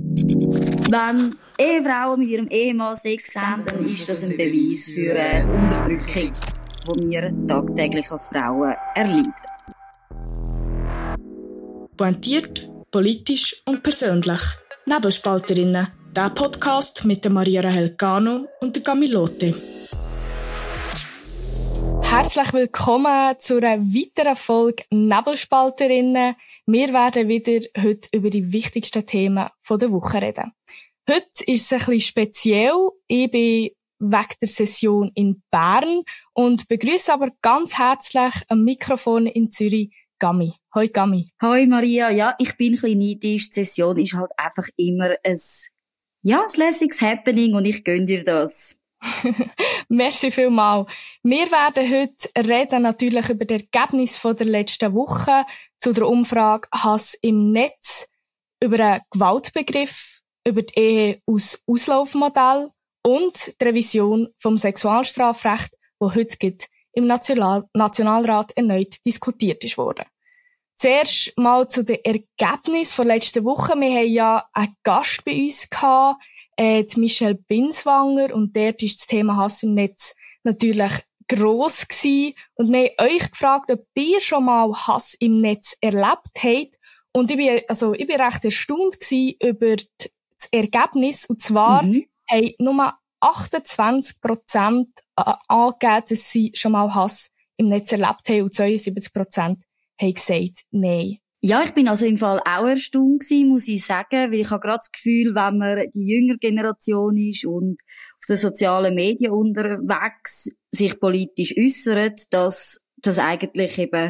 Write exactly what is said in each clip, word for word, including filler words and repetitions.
Wenn Ehefrauen mit ihrem Ehemann Sex haben, dann ist das ein Beweis für eine Unterdrückung, die wir tagtäglich als Frauen erleiden. Pointiert, politisch und persönlich. Nebelspalterinnen. Der Podcast mit der Maria Rahel Cano und der Camilote. Herzlich willkommen zu einer weiteren Folge Nebelspalterinnen. Wir werden wieder heute über die wichtigsten Themen der Woche reden. Heute ist es ein bisschen speziell. Ich bin wegen der Session in Bern und begrüße aber ganz herzlich am Mikrofon in Zürich Gami. Hoi Gami. Hoi Maria, ja, ich bin ein bisschen neidisch. Die Session ist halt einfach immer ein, ja, ein lässiges Happening und ich gönne dir das. Merci vielmals. Wir werden heute reden natürlich über das Ergebnis von der letzten Woche zu der Umfrage Hass im Netz, über einen Gewaltbegriff, über die Ehe aus Auslaufmodell und die Revision vom Sexualstrafrecht, wo heute gibt, im National- Nationalrat erneut diskutiert ist worden. Zuerst mal zu den Ergebnissen der letzten Woche. Wir haben ja einen Gast bei uns gehabt, äh, die Michelle Binswanger, und dort ist das Thema Hass im Netz natürlich gross gewesen. Und wir haben euch gefragt, ob ihr schon mal Hass im Netz erlebt habt. Und ich bin, also, ich bin recht erstaunt gewesen über das Ergebnis. Und zwar Mhm. haben nur achtundzwanzig Prozent angegeben, dass sie schon mal Hass im Netz erlebt haben, und zweiundsiebzig Prozent haben gesagt, nein. Ja, ich bin also im Fall auch erstaunt gewesen, muss ich sagen, weil ich habe gerade das Gefühl, wenn man die jüngere Generation ist und auf den sozialen Medien unterwegs sich politisch äußert, dass das eigentlich eben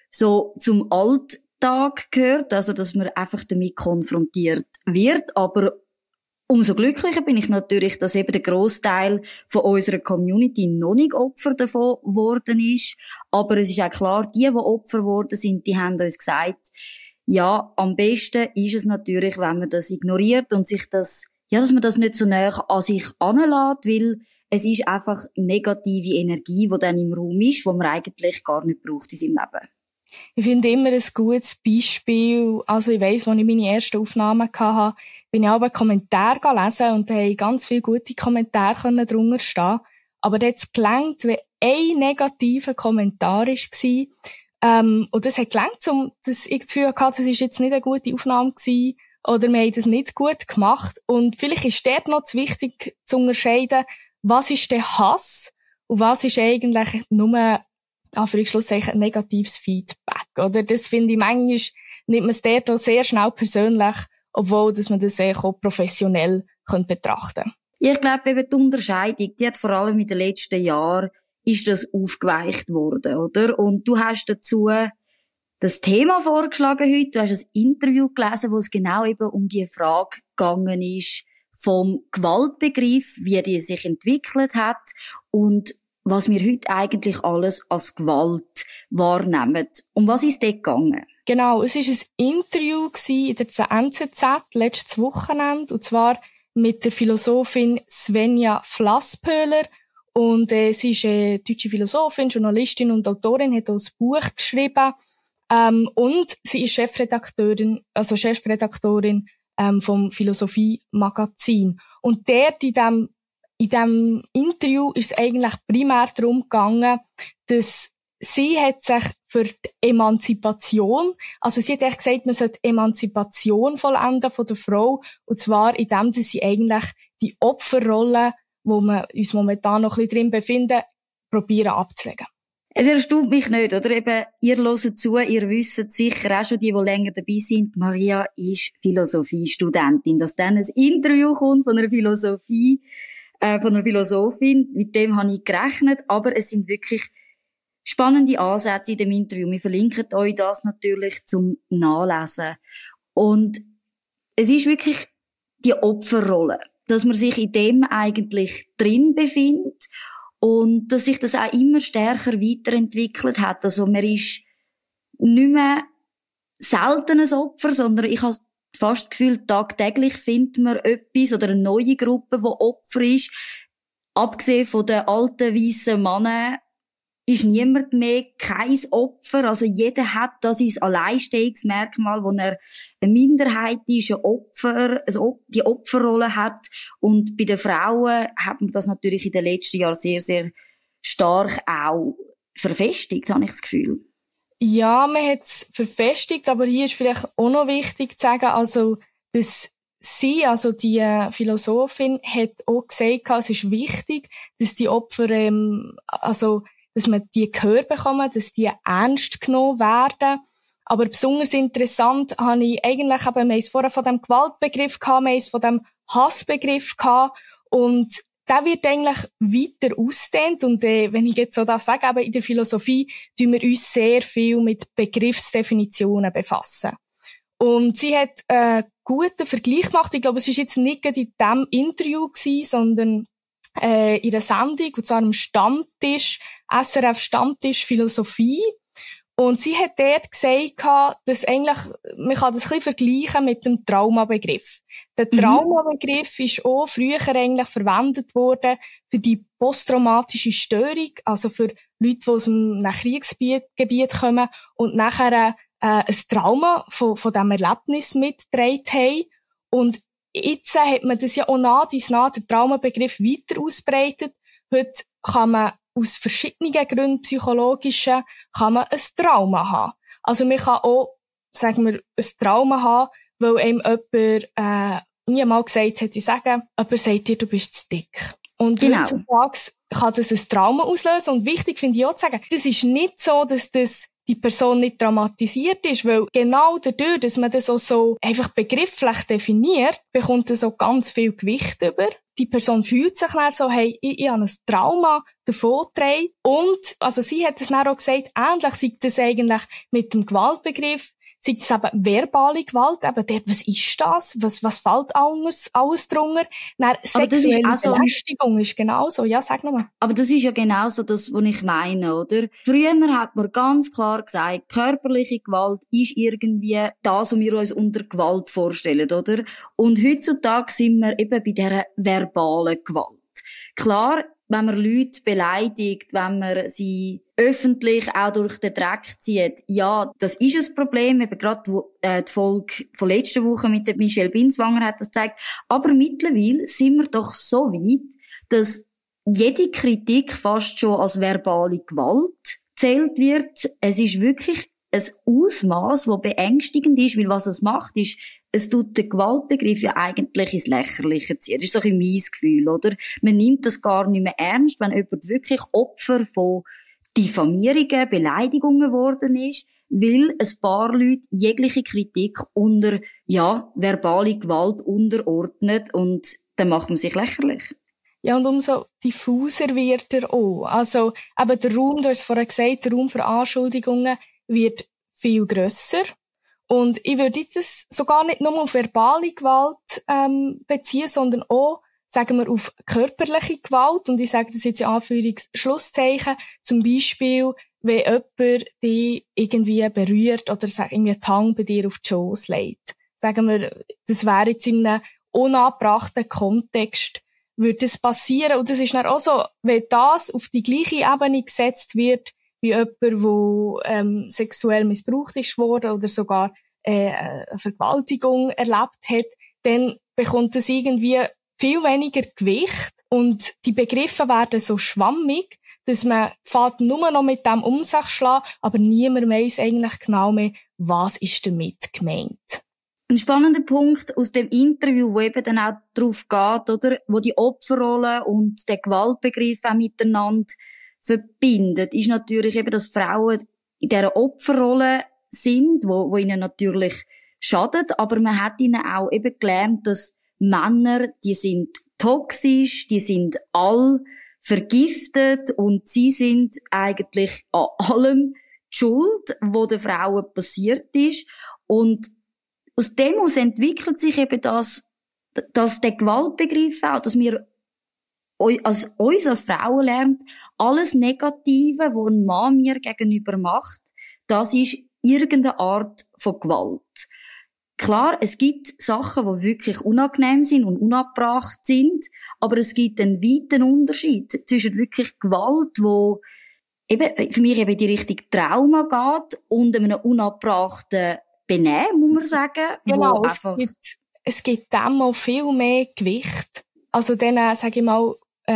so zum Alltag gehört, also dass man einfach damit konfrontiert wird. Aber umso glücklicher bin ich natürlich, dass eben der Grossteil von unserer Community noch nicht Opfer davon geworden ist. Aber es ist auch klar, die, die Opfer geworden sind, die haben uns gesagt, ja, am besten ist es natürlich, wenn man das ignoriert und sich das, ja, dass man das nicht so näher an sich heranlässt, weil es ist einfach negative Energie, die dann im Raum ist, die man eigentlich gar nicht braucht in seinem Leben. Ich finde immer ein gutes Beispiel. Also ich weiss, als ich meine ersten Aufnahmen hatte, bin ich auch einen Kommentar gelesen und da haben ganz viele gute Kommentare drunter stehen. Aber da hat es gelangt, wenn ein negativer Kommentar war. Ähm, und das hat gelangt, um, dass ich das Gefühl hatte, das war jetzt nicht eine gute Aufnahme gewesen, oder wir haben das nicht gut gemacht. Und vielleicht ist dort noch zu wichtig zu unterscheiden, was ist der Hass und was ist eigentlich nur Anführungszeichen negatives Feedback, oder? Das finde ich, manchmal nimmt man es dort auch sehr schnell persönlich, obwohl, dass man das auch professionell betrachten könnte. Ja, ich glaube, eben die Unterscheidung, die hat vor allem in den letzten Jahren, ist das aufgeweicht worden, oder? Und du hast dazu das Thema vorgeschlagen heute, du hast ein Interview gelesen, wo es genau eben um die Frage gegangen ist, vom Gewaltbegriff, wie die sich entwickelt hat und was wir heute eigentlich alles als Gewalt wahrnehmen. Um was ist dort gegangen? Genau, es war ein Interview in der N Z Z letztes Wochenende, und zwar mit der Philosophin Svenja Flasspöhler. Und äh, sie ist eine deutsche Philosophin, Journalistin und Autorin, hat auch ein Buch geschrieben. Ähm, und sie ist Chefredakteurin, also Chefredaktorin ähm, vom Philosophie-Magazin. Und dort in dem In diesem Interview ist es eigentlich primär darum gegangen, dass sie hat sich für die Emanzipation, also sie hat echt gesagt, man sollte Emanzipation vollenden von der Frau, und zwar in dem, dass sie eigentlich die Opferrolle, wo wir uns momentan noch ein bisschen drin befinden, probieren abzulegen. Es erstaunt mich nicht, oder? Eben, ihr hört zu, ihr wisst sicher auch schon, die, die länger dabei sind, Maria ist Philosophiestudentin. Dass dann ein Interview kommt von einer Philosophie, äh, von einer Philosophin, mit dem habe ich gerechnet, aber es sind wirklich spannende Ansätze in dem Interview. Wir verlinken euch das natürlich zum Nachlesen. Und es ist wirklich die Opferrolle, dass man sich in dem eigentlich drin befindet und dass sich das auch immer stärker weiterentwickelt hat. Also man ist nicht mehr selten ein Opfer, sondern ich habe fast das Gefühl, tagtäglich findet man etwas oder eine neue Gruppe, die Opfer ist. Abgesehen von den alten, weissen Männern ist niemand mehr kein Opfer. Also jeder hat das sein Alleinstehungsmerkmal, wo er eine Minderheit ist, ein Opfer, also die Opferrolle hat. Und bei den Frauen hat man das natürlich in den letzten Jahren sehr, sehr stark auch verfestigt, habe ich das Gefühl. Ja, man hat es verfestigt, aber hier ist vielleicht auch noch wichtig zu sagen, also, dass sie, also die äh, Philosophin, hat auch gesagt, es ist wichtig, dass die Opfer, ähm, also, dass man die Gehör bekommen, dass die ernst genommen werden. Aber besonders interessant habe ich eigentlich, eben, wir haben vorher von dem Gewaltbegriff gehabt, wir haben von dem Hassbegriff gehabt, und der wird eigentlich weiter ausgedehnt. Und äh, wenn ich jetzt so darf sagen, eben in der Philosophie tun wir uns sehr viel mit Begriffsdefinitionen befassen. Und sie hat einen guten Vergleich gemacht. Ich glaube, es war jetzt nicht in diesem Interview gewesen, sondern äh, in der Sendung, und zwar am Stammtisch, S R F Stammtisch Philosophie. Und sie hat dort gesagt, dass eigentlich, man kann das ein bisschen vergleichen mit dem Traumabegriff. Der Mhm. Traumabegriff ist auch früher eigentlich verwendet worden für die posttraumatische Störung, also für Leute, die aus einem Kriegsgebiet Gebiet kommen und nachher äh, ein Trauma von, von diesem Erlebnis mitgetragen haben. Und jetzt hat man das ja auch nach dies nach, den Traumabegriff weiter ausbreitet. Heute kann man aus verschiedenen Gründen, psychologischen, kann man ein Trauma haben. Also man kann auch, sagen wir, ein Trauma haben, weil einem jemand, äh, mir mal gesagt hat, sie sagen, jemand sagt dir, du bist zu dick. Und Genau. heutzutage kann das ein Trauma auslösen. Und wichtig finde ich auch zu sagen, das ist nicht so, dass das die Person nicht traumatisiert ist, weil genau dadurch, dass man das auch so einfach begrifflich definiert, bekommt das auch ganz viel Gewicht über. Die Person fühlt sich dann so, hey, ich, ich habe ein Trauma davongetragen. Und, also sie hat es dann auch gesagt, ähnlich sei das eigentlich mit dem Gewaltbegriff, sei das eben verbale Gewalt, eben dort, was ist das? Was, was fällt alles, alles drunter? Dann sexuelle also, Belästigung ist genauso. Ja, sag nochmal. Aber das ist ja genauso das, was ich meine, oder? Früher hat man ganz klar gesagt, körperliche Gewalt ist irgendwie das, was wir uns unter Gewalt vorstellen, oder? Und heutzutage sind wir eben bei dieser verbalen Gewalt. Klar, wenn man Leute beleidigt, wenn man sie öffentlich auch durch den Dreck zieht, ja, das ist ein Problem, eben gerade wo, äh, die Folge von letzter Woche mit der Michelle Binswanger hat das gezeigt. Aber mittlerweile sind wir doch so weit, dass jede Kritik fast schon als verbale Gewalt zählt wird. Es ist wirklich ein Ausmaß, das beängstigend ist, weil was es macht, ist, es tut den Gewaltbegriff ja eigentlich ins Lächerliche ziehen. Das ist so ein mein Gefühl, oder? Man nimmt das gar nicht mehr ernst, wenn jemand wirklich Opfer von Diffamierungen, Beleidigungen geworden ist, weil ein paar Leute jegliche Kritik unter, ja, verbale Gewalt unterordnet und dann macht man sich lächerlich. Ja, und umso diffuser wird er auch. Also, eben der Raum, du hast es vorhin gesagt, der Raum für Anschuldigungen wird viel grösser. Und ich würde das sogar nicht nur auf verbale Gewalt ähm, beziehen, sondern auch, sagen wir, auf körperliche Gewalt. Und ich sage das jetzt in Anführungs-Schlusszeichen. Zum Beispiel, wenn jemand dich irgendwie berührt oder sag, irgendwie die Hand bei dir auf die Schoss legt. Sagen wir, das wäre jetzt in einem unangebrachten Kontext, würde das passieren. Und das ist dann auch so, wenn das auf die gleiche Ebene gesetzt wird, wie jemand, der ähm, sexuell missbraucht ist worden oder sogar äh, eine Vergewaltigung erlebt hat, dann bekommt das irgendwie viel weniger Gewicht und die Begriffe werden so schwammig, dass man fährt nur noch mit dem um sich schlagen, aber niemand weiss eigentlich genau mehr, was ist damit gemeint. Ein spannender Punkt aus dem Interview, wo eben dann auch darauf geht, oder, wo die Opferrolle und der Gewaltbegriff auch miteinander verbindet, ist natürlich eben, dass Frauen in dieser Opferrolle sind, wo, wo ihnen natürlich schadet, aber man hat ihnen auch eben gelernt, dass Männer, die sind toxisch, die sind all vergiftet und sie sind eigentlich an allem schuld, wo den Frauen passiert ist. Und aus dem aus entwickelt sich eben das, dass der Gewaltbegriff auch, dass wir als, uns als Frauen lernen, alles Negative, was ein Mann mir gegenüber macht, das ist irgendeine Art von Gewalt. Klar, es gibt Sachen, die wirklich unangenehm sind und unabgebracht sind, aber es gibt einen weiten Unterschied zwischen wirklich Gewalt, wo eben, für mich eben die Richtung Trauma geht und einem unabbrachten Benehmen, muss man sagen. Genau, wo es einfach gibt, es gibt dem auch viel mehr Gewicht. Also diesen, sage ich mal,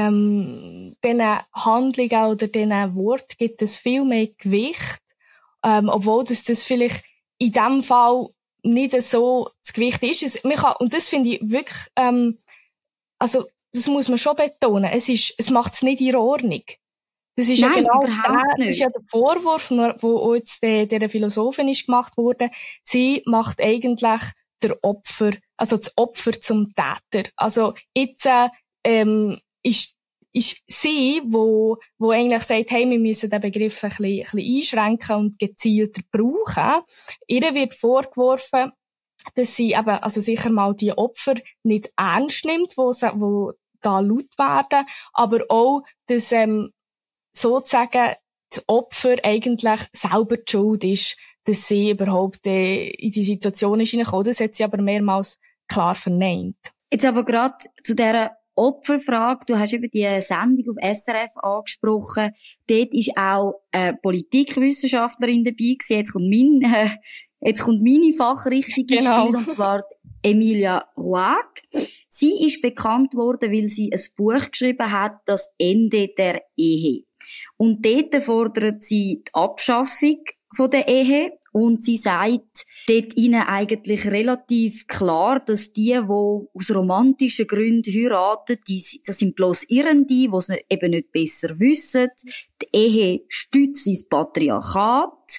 ähm, diesen Handlungen oder diesen Worten gibt es viel mehr Gewicht, ähm, obwohl das, das vielleicht in diesem Fall nicht so das Gewicht ist. Es, man kann, und das finde ich wirklich, ähm, also das muss man schon betonen, es ist, es macht es nicht in Ordnung. Das ist Nein, ja genau überhaupt der, das ist ja der Vorwurf, wo auch jetzt der, der Philosophin ist gemacht wurde. Sie macht eigentlich der Opfer, also das Opfer zum Täter. Also jetzt äh, ähm, ist ist sie, wo wo eigentlich sagt, hey, wir müssen den Begriff ein bisschen, ein bisschen einschränken und gezielter brauchen. Ihr wird vorgeworfen, dass sie eben, also sicher mal die Opfer nicht ernst nimmt, wo sie, wo da laut werden, aber auch, dass ähm, sozusagen das Opfer eigentlich selber die Schuld ist, dass sie überhaupt äh, in die Situation ist hineingekommen. Das hat sie aber mehrmals klar verneint. Jetzt aber gerade zu dieser Opferfrage. Du hast über die Sendung auf S R F angesprochen. Dort ist auch eine Politikwissenschaftlerin dabei gewesen. Jetzt kommt mein, äh, jetzt kommt meine Fachrichtung ins Genau. Spiel, und zwar Emilia Rouag. Sie ist bekannt worden, weil sie ein Buch geschrieben hat, das Ende der Ehe. Und dort fordert sie die Abschaffung von der Ehe. Und sie sagt dort ihnen eigentlich relativ klar, dass die, die aus romantischen Gründen heiraten, die, das sind bloß Irrende, die es eben nicht besser wissen. Die Ehe stützt das Patriarchat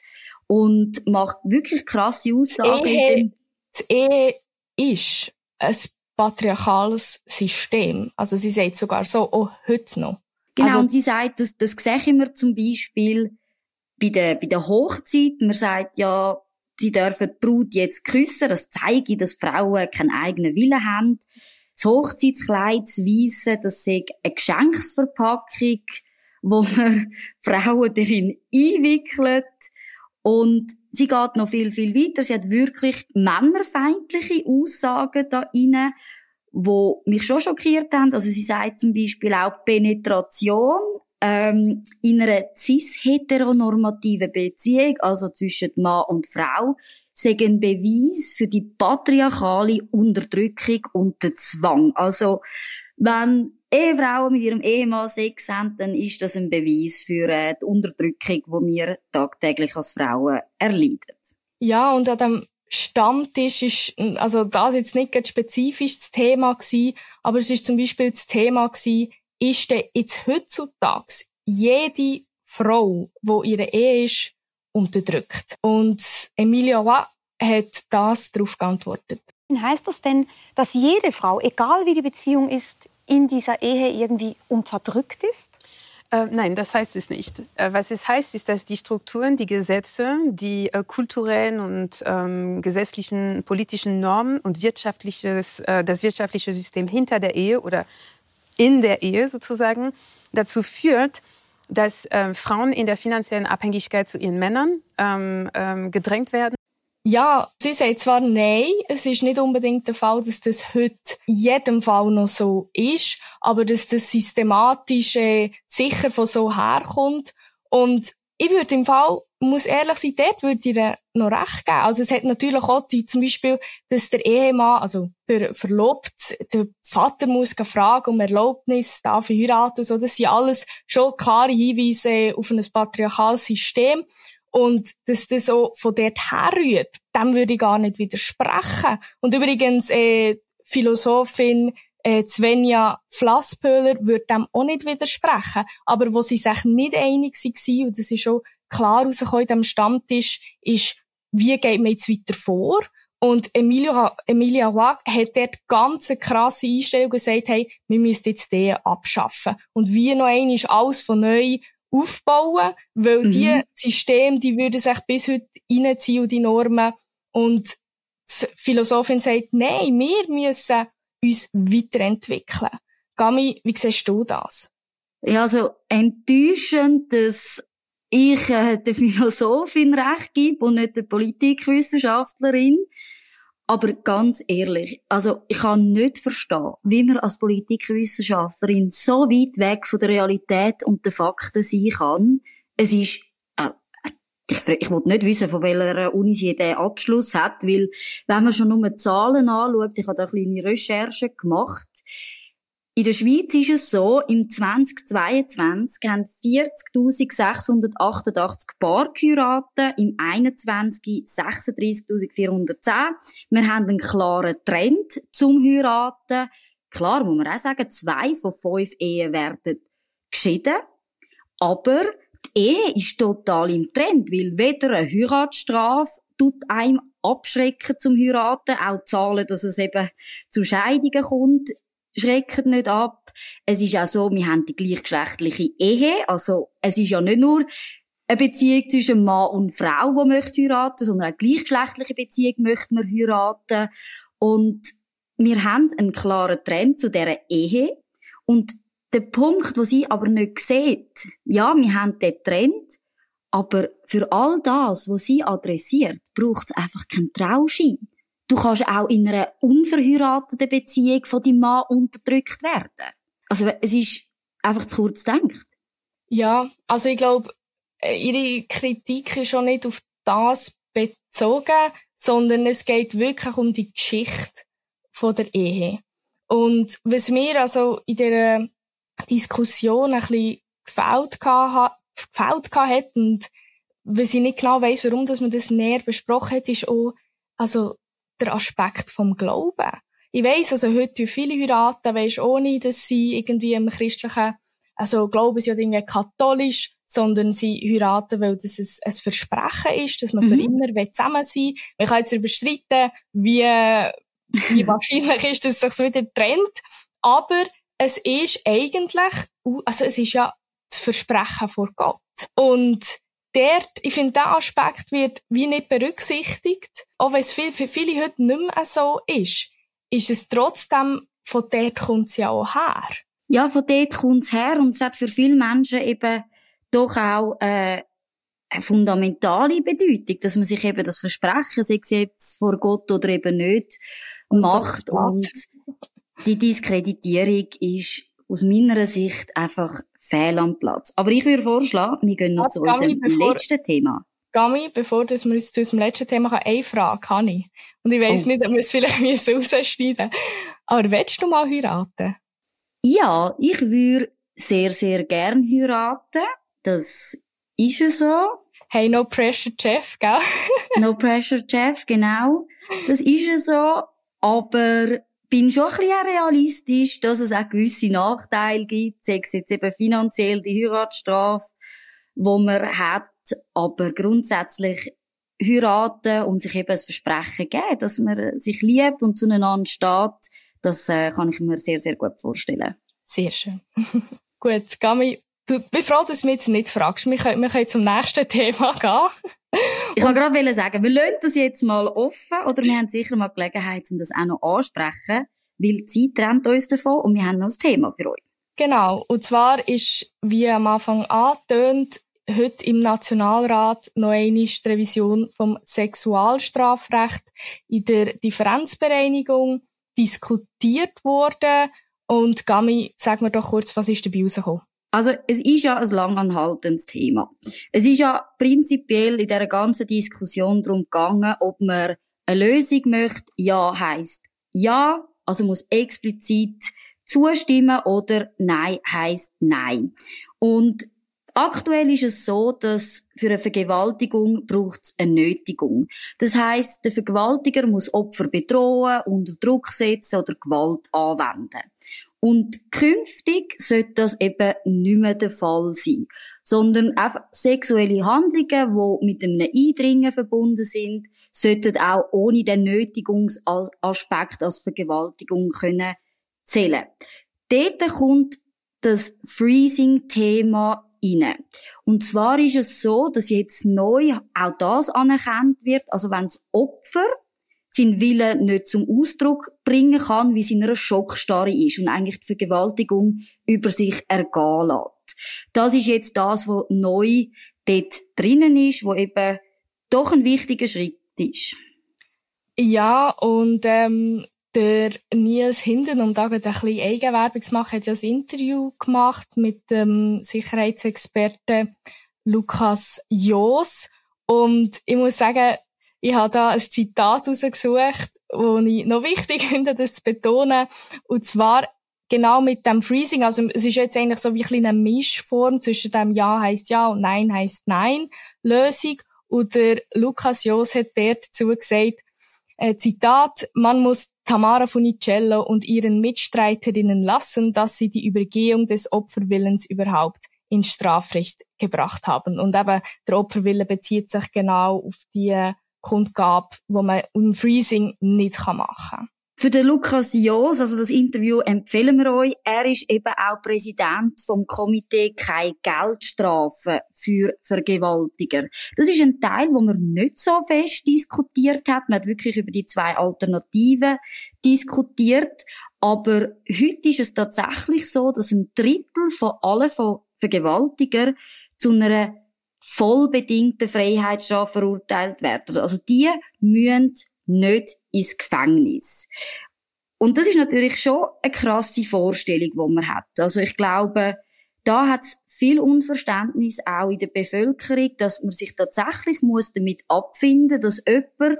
und macht wirklich krasse Aussagen. Die Ehe, in dem die Ehe ist ein patriarchales System. Also sie sagt sogar so, auch heute noch. Genau, also, und sie sagt, das, das sehen wir zum Beispiel bei der, bei der Hochzeit. Man sagt ja, sie dürfen die Braut jetzt küssen. Das zeige, dass Frauen keinen eigenen Willen haben. Das Hochzeitskleid, das Weisse, das ist eine Geschenksverpackung, wo man Frauen darin einwickelt. Und sie geht noch viel, viel weiter. Sie hat wirklich männerfeindliche Aussagen da rein, die mich schon schockiert haben. Also sie sagt zum Beispiel auch Penetration ähm, in einer cis-heteronormativen Beziehung, also zwischen Mann und Frau, sei ein Beweis für die patriarchale Unterdrückung und den Zwang. Also wenn Ehefrauen mit ihrem Ehemann Sex haben, dann ist das ein Beweis für äh, die Unterdrückung, die wir tagtäglich als Frauen erleiden. Ja, und an dem Stammtisch ist, also das jetzt nicht gerade spezifisch das Thema gewesen, aber es ist zum Beispiel das Thema gewesen, ist denn jetzt heutzutage jede Frau, die ihre Ehe ist, unterdrückt? Und Emilia Rouag hat das darauf geantwortet. Heißt das denn, dass jede Frau, egal wie die Beziehung ist, in dieser Ehe irgendwie unterdrückt ist? Äh, nein, das heißt es nicht. Äh, was es heißt, ist, dass die Strukturen, die Gesetze, die äh, kulturellen und ähm, gesetzlichen, politischen Normen und wirtschaftliches, äh, das wirtschaftliche System hinter der Ehe oder in der Ehe sozusagen dazu führt, dass äh, Frauen in der finanziellen Abhängigkeit zu ihren Männern ähm, ähm, gedrängt werden. Ja, sie sagt zwar nein, es ist nicht unbedingt der Fall, dass das heute in jedem Fall noch so ist, aber dass das systematisch äh, sicher von so herkommt. Und ich würde im Fall, muss ehrlich sein, dort würde ich ihr noch recht geben. Also es hat natürlich auch die, zum Beispiel, dass der Ehemann, also der Verlobte, der Vater muss fragen um Erlaubnis, darf ich heiraten und so. Das sind alles schon klare Hinweise auf ein patriarchales System. Und dass das so von dort herrührt, dem würde ich gar nicht widersprechen. Und übrigens, äh, Philosophin äh, Svenja Flasspöhler würde dem auch nicht widersprechen. Aber wo sie sich nicht einig waren, und das ist schon klar rausgekommen in diesem Stammtisch, ist, wie geht man jetzt weiter vor? Und Emilia, Emilia Rouag hat dort ganz eine krasse Einstellung gesagt, hey, wir müssen jetzt die abschaffen. Und wie noch einmal alles von neu aufbauen, weil mhm. die Systeme, die würden sich bis heute reinziehen und die Normen. Und die Philosophin sagt, nein, wir müssen uns weiterentwickeln. Gami, wie siehst du das? Ja, also enttäuschend, dass ich äh, der Philosophin recht gebe und nicht der Politikwissenschaftlerin. Aber ganz ehrlich, also ich kann nicht verstehen, wie man als Politikwissenschaftlerin so weit weg von der Realität und den Fakten sein kann. es ist, äh, ich, ich will nicht wissen, von welcher Uni sie den Abschluss hat, weil, wenn man schon nur die Zahlen anschaut, ich habe da kleine Recherchen gemacht. In der Schweiz ist es so, im zweitausendzweiundzwanzig haben vierzigtausendsechshundertachtundachtzig Paar geheiratet, im einundzwanzig sechsunddreissigtausendvierhundertzehn. Wir haben einen klaren Trend zum Heiraten. Klar, muss man auch sagen, zwei von fünf Ehen werden geschieden. Aber die Ehe ist total im Trend, weil weder eine Heiratsstrafe tut einem abschrecken zum Heiraten, auch die Zahlen, dass es eben zu Scheidungen kommt, schrecken nicht ab. Es ist auch so, wir haben die gleichgeschlechtliche Ehe. Also, es ist ja nicht nur eine Beziehung zwischen Mann und Frau, die möchte heiraten, sondern eine gleichgeschlechtliche Beziehung möchte man heiraten. Und wir haben einen klaren Trend zu dieser Ehe. Und der Punkt, wo sie aber nicht sieht, ja, wir haben den Trend, aber für all das, was sie adressiert, braucht es einfach keinen Trauschein. Du kannst auch in einer unverheirateten Beziehung von deinem Mann unterdrückt werden. Also, es ist einfach zu kurz gedacht. Ja, also ich glaube, ihre Kritik ist schon nicht auf das bezogen, sondern es geht wirklich um die Geschichte von der Ehe. Und was mir also in dieser Diskussion ein bisschen gefällt hat, gefällt hat und was ich nicht genau weiss, warum dass man das näher besprochen hat, ist auch also der Aspekt vom Glauben. Ich weiss, also heute viele heiraten, weisst ohne, dass sie irgendwie im christlichen, also glauben sie ja irgendwie katholisch, sondern sie heiraten, weil das ein, ein Versprechen ist, dass man mhm. für immer zusammen sein will. Man kann jetzt überstreiten, wie, wie wahrscheinlich ist, dass es sich wieder trennt. Aber es ist eigentlich, also es ist ja das Versprechen vor Gott. Und dort, ich finde, dieser Aspekt wird wie nicht berücksichtigt. Auch wenn es viel, für viele heute nicht mehr so ist, ist es trotzdem, von dort kommt es ja auch her. Ja, von dort kommt es her und es hat für viele Menschen eben doch auch äh, eine fundamentale Bedeutung, dass man sich eben das Versprechen, sei es jetzt vor Gott oder eben nicht, macht. Und die Diskreditierung ist aus meiner Sicht einfach fehl am Platz. Aber ich würde vorschlagen, wir gehen noch zu unserem bevor, letzten Thema. Gami, bevor wir uns zu unserem letzten Thema kommen, eine Frage habe ich. Und ich weiss oh. nicht, ob wir es vielleicht rausschneiden. Aber willst du mal heiraten? Ja, ich würde sehr, sehr gern heiraten. Das ist ja so. Hey, no pressure, Jeff, gell? No pressure, Jeff, genau. Das ist ja so. Aber bin schon ein bisschen realistisch, dass es auch gewisse Nachteile gibt, sei es jetzt eben finanziell die Heiratsstrafe, wo man hat, aber grundsätzlich heiraten und sich eben ein Versprechen geben, dass man sich liebt und zueinander steht, das äh, kann ich mir sehr, sehr gut vorstellen. Sehr schön. Gut, Gami, du, ich bin froh, dass du mich jetzt nicht fragst. Wir können, wir können zum nächsten Thema gehen. Ich wollte gerade sagen, wir lassen das jetzt mal offen, oder wir haben sicher mal Gelegenheit, um das auch noch ansprechen, weil die Zeit trennt uns davon und wir haben noch ein Thema für euch. Genau, und zwar ist, wie am Anfang angetönt, heute im Nationalrat noch einmal die Revision vom Sexualstrafrecht in der Differenzbereinigung diskutiert worden. Und Gami, sag mir doch kurz, was ist dabei rausgekommen? Also, es ist ja ein langanhaltendes Thema. Es ist ja prinzipiell in dieser ganzen Diskussion darum gegangen, ob man eine Lösung möchte. Ja heisst ja, also muss explizit zustimmen, oder Nein heisst Nein. Und aktuell ist es so, dass für eine Vergewaltigung braucht es eine Nötigung. Das heisst, der Vergewaltiger muss Opfer bedrohen, unter Druck setzen oder Gewalt anwenden. Und künftig sollte das eben nicht mehr der Fall sein, sondern einfach sexuelle Handlungen, die mit einem Eindringen verbunden sind, sollten auch ohne den Nötigungsaspekt als Vergewaltigung können zählen. Dort kommt das Freezing-Thema rein. Und zwar ist es so, dass jetzt neu auch das anerkannt wird, also wenn das Opfer seinen Willen nicht zum Ausdruck bringen kann, wie es in einer Schockstarre ist und eigentlich die Vergewaltigung über sich ergehen lässt. Das ist jetzt das, was neu dort drinnen ist, wo eben doch ein wichtiger Schritt ist. Ja, und ähm, der Nils Hinden, um da ein bisschen Eigenwerbung zu machen, hat ja ein Interview gemacht mit dem Sicherheitsexperten Lukas Joos. Und ich muss sagen, ich habe da ein Zitat rausgesucht, das ich noch wichtig finde, das zu betonen. Und zwar genau mit dem Freezing. Also es ist jetzt eigentlich so wie eine Mischform zwischen dem Ja heisst Ja und Nein heisst Nein Lösung. Und der Lukas Joos hat dazu gesagt, äh, Zitat, man muss Tamara Funicello und ihren Mitstreiterinnen lassen, dass sie die Übergehung des Opferwillens überhaupt ins Strafrecht gebracht haben. Und eben der Opferwille bezieht sich genau auf die Kundgabe, wo man im Freezing nicht machen kann. Für den Lukas Joos, also das Interview empfehlen wir euch. Er ist eben auch Präsident vom Komitee «Keine Geldstrafen für Vergewaltiger». Das ist ein Teil, wo man nicht so fest diskutiert hat. Man hat wirklich über die zwei Alternativen diskutiert. Aber heute ist es tatsächlich so, dass ein Drittel von allen Vergewaltigern zu einer vollbedingten Freiheitsstrafe verurteilt werden. Also die müssen nicht ins Gefängnis. Und das ist natürlich schon eine krasse Vorstellung, die man hat. Also ich glaube, da hat es viel Unverständnis auch in der Bevölkerung, dass man sich tatsächlich muss damit abfinden, dass jemand,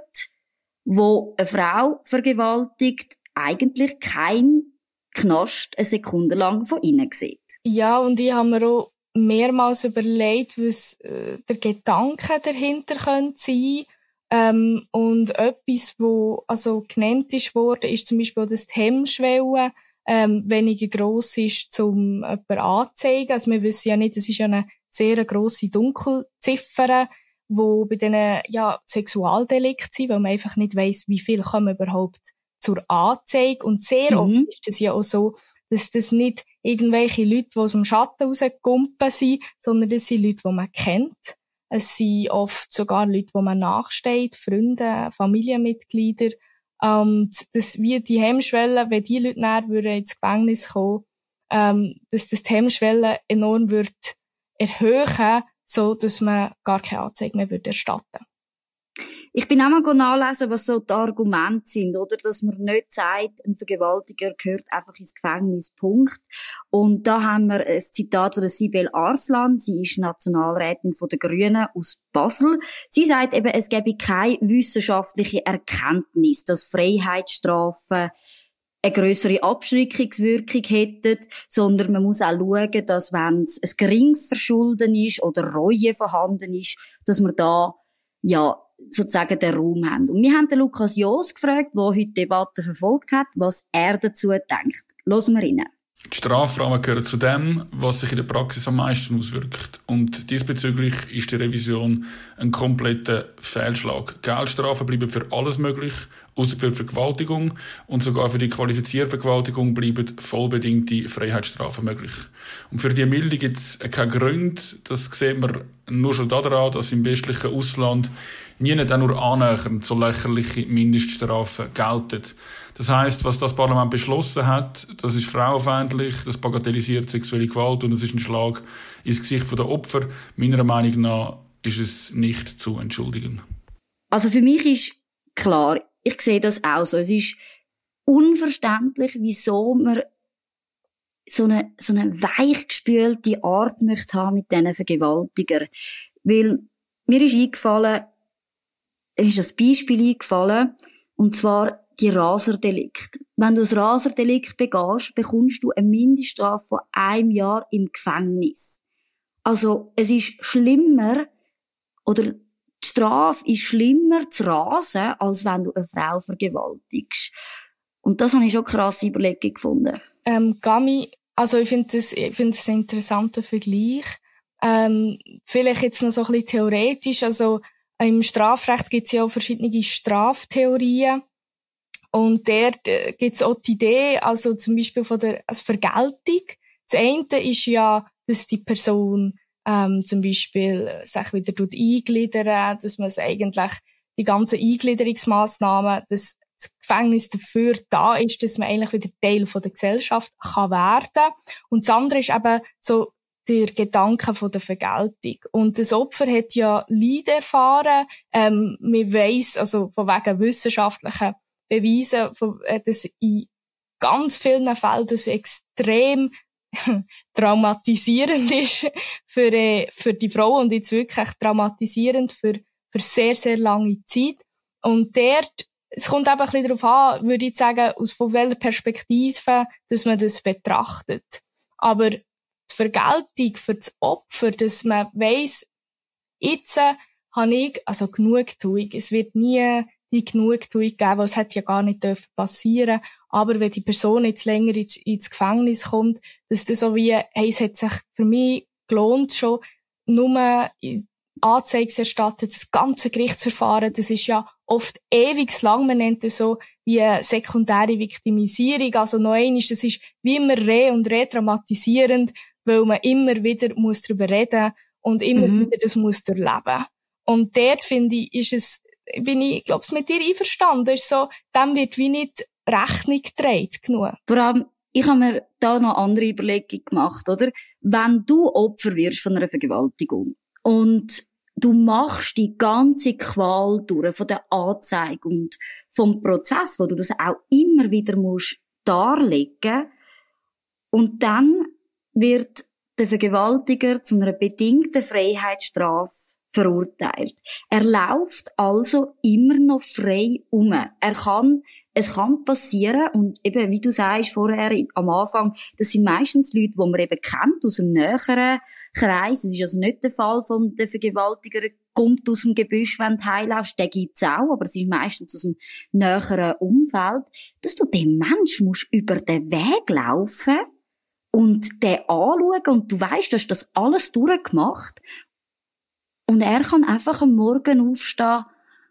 der eine Frau vergewaltigt, eigentlich kein Knast eine Sekunde lang von innen sieht. Ja, und ich habe mir auch mehrmals überlegt, was äh, der Gedanke dahinter könnte sein. Ähm, und etwas, wo also genannt ist worden, ist zum Beispiel, dass die Hemmschwelle ähm, weniger gross ist, um jemanden anzuzeigen. Also wir wissen ja nicht, es ist ja eine sehr grosse Dunkelziffer, wo bei diesen ja, Sexualdelikten sind, weil man einfach nicht weiss, wie viel kommen überhaupt zur Anzeige. Und sehr mhm. oft ist es ja auch so, dass das nicht irgendwelche Leute, die aus dem Schatten rausgumpen sind, sondern das sind Leute, die man kennt. Es sind oft sogar Leute, die man nachsteht, Freunde, Familienmitglieder. Und das, wie die Hemmschwelle, wenn die Leute näher würden ins Gefängnis kommen, ähm, dass das die Hemmschwelle enorm wird erhöhen, so dass man gar keine Anzeige mehr würde erstatten. Ich bin auch mal nachlesen, was so die Argumente sind, oder? Dass man nicht sagt, ein Vergewaltiger gehört einfach ins Gefängnis, Punkt. Und da haben wir ein Zitat von der Sibel Arslan. Sie ist Nationalrätin von den Grünen aus Basel. Sie sagt eben, es gäbe keine wissenschaftliche Erkenntnis, dass Freiheitsstrafen eine grössere Abschreckungswirkung hätten, sondern man muss auch schauen, dass wenn es ein geringes Verschulden ist oder Reue vorhanden ist, dass man da, ja, sozusagen den Raum haben. Und wir haben den Lukas Joos gefragt, der heute die Debatte verfolgt hat, was er dazu denkt. Hören wir rein. Die Strafrahmen gehören zu dem, was sich in der Praxis am meisten auswirkt. Und diesbezüglich ist die Revision ein kompletter Fehlschlag. Geldstrafen bleiben für alles möglich, außer für Vergewaltigung. Und sogar für die qualifizierte Vergewaltigung bleiben vollbedingte Freiheitsstrafen möglich. Und für die Milde gibt es keine Gründe. Das sehen wir nur schon daran, dass im westlichen Ausland nie nicht auch nur annähernd so lächerliche Mindeststrafen gelten. Das heisst, was das Parlament beschlossen hat, das ist frauenfeindlich, das bagatellisiert sexuelle Gewalt und das ist ein Schlag ins Gesicht der Opfer. Meiner Meinung nach ist es nicht zu entschuldigen. Also für mich ist klar, ich sehe das auch so. Es ist unverständlich, wieso man so eine, so eine weichgespülte Art möchte haben mit diesen Vergewaltigern. Weil mir ist eingefallen, mir ist das Beispiel eingefallen, und zwar die Raserdelikt. Wenn du ein Raserdelikt begehst, bekommst du eine Mindeststrafe von einem Jahr im Gefängnis. Also, es ist schlimmer, oder die Strafe ist schlimmer zu rasen, als wenn du eine Frau vergewaltigst. Und das habe ich schon eine krasse Überlegung gefunden. Ähm, Gami, also ich finde das, ich finde das ein interessanter Vergleich. Ähm, vielleicht jetzt noch so ein bisschen theoretisch, also im Strafrecht gibt es ja auch verschiedene Straftheorien. Und dort äh, gibt es auch die Idee, also zum Beispiel von der also Vergeltung. Das eine ist ja, dass die Person ähm, zum Beispiel äh, sich wieder eingliedern, dass man es eigentlich, die ganzen Eingliederungsmaßnahmen, dass das Gefängnis dafür da ist, dass man eigentlich wieder Teil von der Gesellschaft kann werden. Und das andere ist eben so der Gedanke von der Vergeltung. Und das Opfer hat ja Leid erfahren. Ähm, man weiss, also von wegen wissenschaftlichen Beweisen, dass in ganz vielen Fällen das extrem traumatisierend ist für, äh, für die Frau und jetzt wirklich traumatisierend für, für sehr, sehr lange Zeit. Und dort, es kommt eben ein bisschen darauf an, würde ich sagen, aus von welcher Perspektive, dass man das betrachtet. Aber die Vergeltung für das Opfer, dass man weiss, jetzt äh, habe ich, also Genugtuung, es wird nie die Genugtuung geben, weil es hätte ja gar nicht passieren dürfen. Aber wenn die Person jetzt länger ins, ins Gefängnis kommt, dass das so wie, hey, es hat sich für mich gelohnt, schon nur Anzeige zu erstatten, das ganze Gerichtsverfahren, das ist ja oft ewig lang, man nennt es so wie eine sekundäre Viktimisierung, also noch einmal, das ist wie immer re- und retraumatisierend, weil man immer wieder muss darüber reden und immer mhm. wieder das muss durchleben. Und dort, finde ich, ist es, bin ich, glaube ich, mit dir einverstanden, ist so, dem wird wie nicht Rechnung getragen genug. Vor allem, ich habe mir da noch andere Überlegungen gemacht, oder? Wenn du Opfer wirst von einer Vergewaltigung und du machst die ganze Qual durch von der Anzeige und vom Prozess, wo du das auch immer wieder musst darlegen, und dann wird der Vergewaltiger zu einer bedingten Freiheitsstrafe verurteilt. Er läuft also immer noch frei um. Er kann, es kann passieren, und eben, wie du sagst vorher am Anfang, das sind meistens Leute, die man eben kennt, aus einem näheren Kreis. Es ist also nicht der Fall von der Vergewaltiger, kommt aus dem Gebüsch, wenn du heimlaufst, den gibt's auch, aber es ist meistens aus dem näheren Umfeld, dass du dem Menschen musst über den Weg laufen und den anschauen, und du weisst, du hast das alles durchgemacht. Und er kann einfach am Morgen aufstehen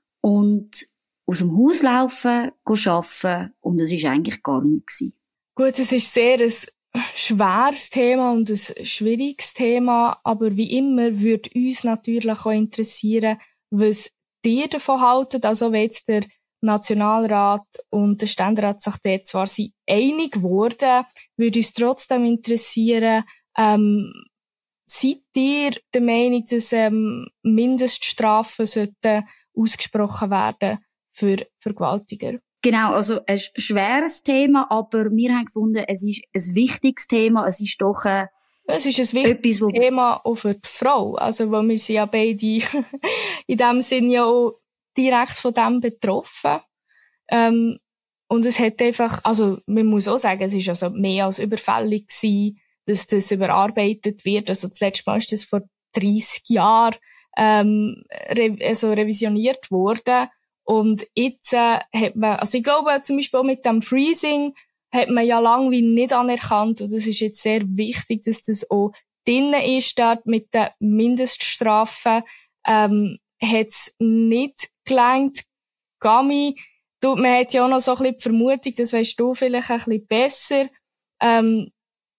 und aus dem Haus laufen, arbeiten, und es war eigentlich gar nichts. Gut, es ist sehr ein schweres Thema und ein schwieriges Thema, aber wie immer würde uns natürlich auch interessieren, was ihr davon haltet. Also wenn jetzt der Nationalrat und der Ständerat sich dort zwar sind einig geworden, würde uns trotzdem interessieren, ähm, seid ihr der Meinung, dass ähm, Mindeststrafen sollten ausgesprochen werden für Vergewaltiger? Genau, also ein schweres Thema, aber wir haben gefunden, es ist ein wichtiges Thema, es ist doch äh, es ist ein wichtiges etwas, Thema auch für die Frau, also weil wir sind ja beide in dem Sinn ja auch direkt von dem betroffen. Ähm, und es hat einfach, also man muss auch sagen, es ist also mehr als überfällig gewesen, dass das überarbeitet wird. Also das letzte Mal ist das vor dreissig Jahren ähm, re- also revisioniert worden. Und jetzt äh, hat man, also ich glaube zum Beispiel auch mit dem Freezing hat man ja lange wie nicht anerkannt, und das ist jetzt sehr wichtig, dass das auch drinnen ist, dort mit den Mindeststrafen ähm, hat es nicht gelangt. Gami, du, man hat ja auch noch so ein bisschen die Vermutung, das weisst du vielleicht ein bisschen besser, ähm,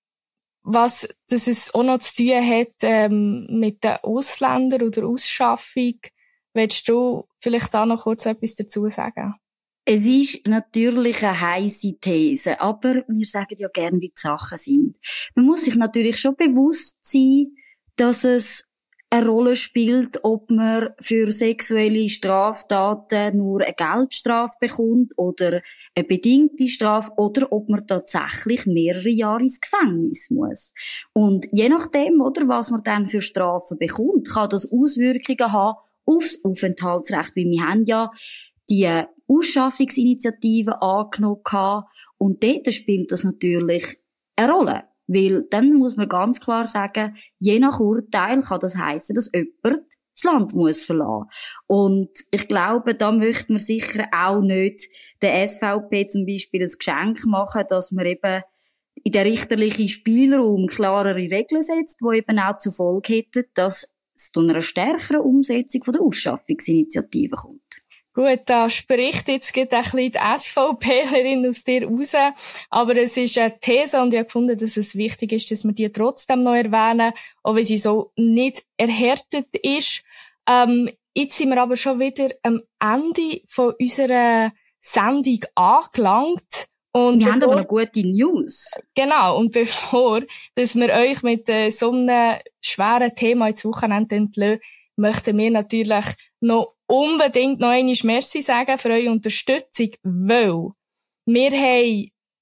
was dass es auch noch zu tun hat ähm, mit den Ausländern oder Ausschaffung. Willst du vielleicht da noch kurz etwas dazu sagen? Es ist natürlich eine heisse These, aber wir sagen ja gern, wie die Sachen sind. Man muss sich natürlich schon bewusst sein, dass es eine Rolle spielt, ob man für sexuelle Straftaten nur eine Geldstrafe bekommt oder eine bedingte Strafe, oder ob man tatsächlich mehrere Jahre ins Gefängnis muss. Und je nachdem, oder, was man dann für Strafen bekommt, kann das Auswirkungen haben aufs Aufenthaltsrecht, weil wir haben ja die Ausschaffungsinitiative angenommen gehabt, und dort spielt das natürlich eine Rolle. Weil dann muss man ganz klar sagen, je nach Urteil kann das heissen, dass jemand das Land muss verlassen. Und ich glaube, da möchte man sicher auch nicht der S V P zum Beispiel ein Geschenk machen, dass man eben in den richterlichen Spielraum klarere Regeln setzt, die eben auch zur Folge hätten, dass es zu einer stärkeren Umsetzung von der Ausschaffungsinitiative kommt. Gut, da spricht jetzt gerade ein bisschen die SVPlerin aus dir raus. Aber es ist eine These, und ich habe gefunden, dass es wichtig ist, dass wir die trotzdem noch erwähnen, auch wenn sie so nicht erhärtet ist. Ähm, jetzt sind wir aber schon wieder am Ende von unserer Sendung angelangt. Und wir bevor, haben aber noch gute News. Genau, und bevor dass wir euch mit äh, so einem schweren Thema ins Wochenende entlösen, möchten wir natürlich noch unbedingt noch einmal Merci sagen für eure Unterstützung, weil wir haben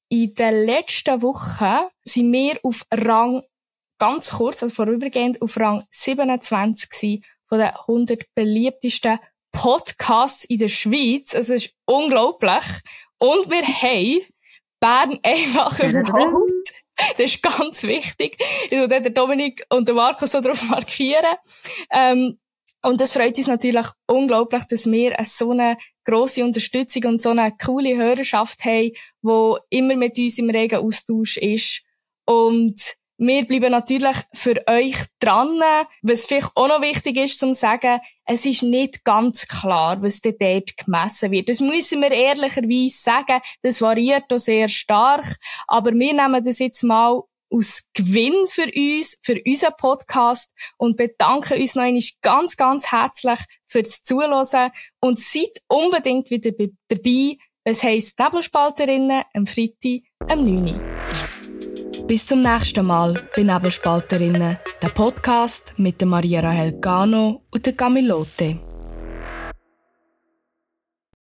in den letzten Wochen sind wir auf Rang, ganz kurz, also vorübergehend, auf Rang siebenundzwanzig gewesen von den hundert beliebtesten Podcasts in der Schweiz. Also, es ist unglaublich. Und wir haben Bern einfach überholt. Das ist ganz wichtig. Ich will der Dominik und der Markus so darauf markieren. Ähm, und es freut uns natürlich unglaublich, dass wir so eine grosse Unterstützung und so eine coole Hörerschaft haben, die immer mit uns im regen Austausch ist. Und wir bleiben natürlich für euch dran. Was vielleicht auch noch wichtig ist, zum zu sagen, es ist nicht ganz klar, was dort gemessen wird. Das müssen wir ehrlicherweise sagen. Das variiert auch sehr stark. Aber wir nehmen das jetzt mal aus Gewinn für uns, für unseren Podcast und bedanken uns noch einmal ganz, ganz herzlich fürs Zuhören und seid unbedingt wieder dabei. Es heisst Nebelspalterinnen am Freitag am neun Uhr. Bis zum nächsten Mal bei Nebelspalterinnen, der Podcast mit der Maria Rahel Gano und der Camilote.